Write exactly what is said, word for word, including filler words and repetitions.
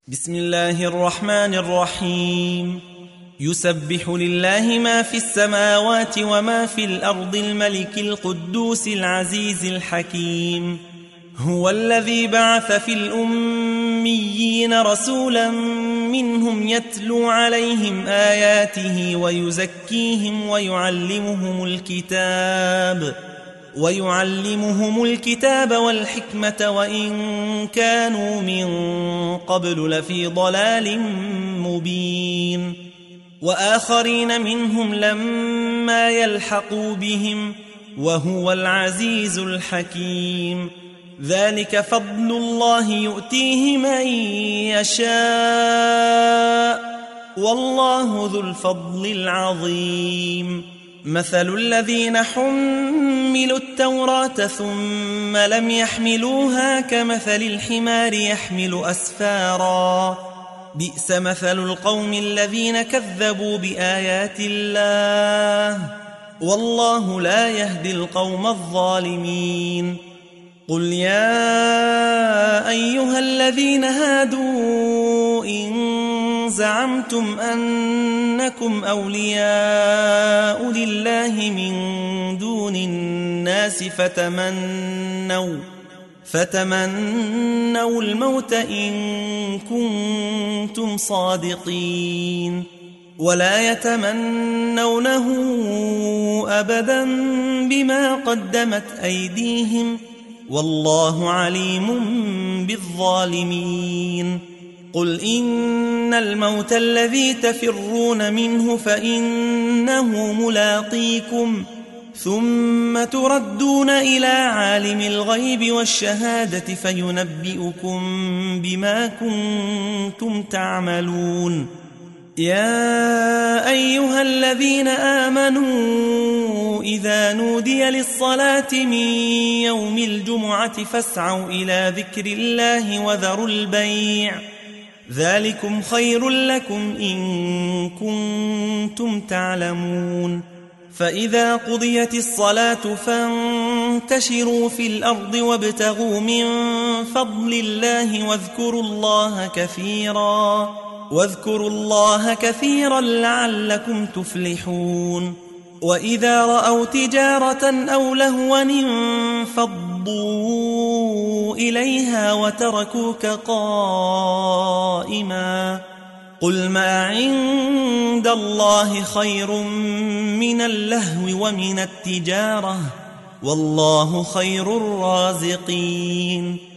بسم الله الرحمن الرحيم. يسبح لله ما في السماوات وما في الأرض الملك القدوس العزيز الحكيم. هو الذي بعث في الأميين رسولا منهم يتلو عليهم آياته ويزكيهم ويعلمهم الكتاب ويعلمهم الكتاب والحكمة وإن كانوا من قبل لفي ضلال مبين. وآخرين منهم لما يلحقوا بهم وهو العزيز الحكيم. ذلك فضل الله يؤتيه من يشاء والله ذو الفضل العظيم. مثل الذين حملوا التوراة ثم لم يحملوها كمثل الحمار يحمل أسفارا بئس مثل القوم الذين كذبوا بآيات الله والله لا يهدي القوم الظالمين. قل يا أيها الذين هادوا إن زعمتم أنكم أولياء لله من دون الناس فتمنوا فتمنوا الموت إن كنتم صادقين ولا يتمنونه أبدا بما قدمت أيديهم والله عليم بالظالمين. قل إن الموت الذي تفرون منه فإنه ملاقيكم ثم تردون إلى عالم الغيب والشهادة فينبئكم بما كنتم تعملون. يا أيها الذين آمنوا إذا نودي للصلاة من يوم الجمعة فاسعوا إلى ذكر الله وذروا البيع ذلكم خير لكم إن كنتم تعلمون. فإذا قضيت الصلاة فانتشروا في الأرض وابتغوا من فضل الله واذكروا الله كثيرا واذكروا الله كثيرا لعلكم تفلحون. وإذا رأوا تجارة أو لهوا انفضوا إليها وتركوك قائما قل ما عند الله خير من اللهو ومن التجارة والله خير الرازقين.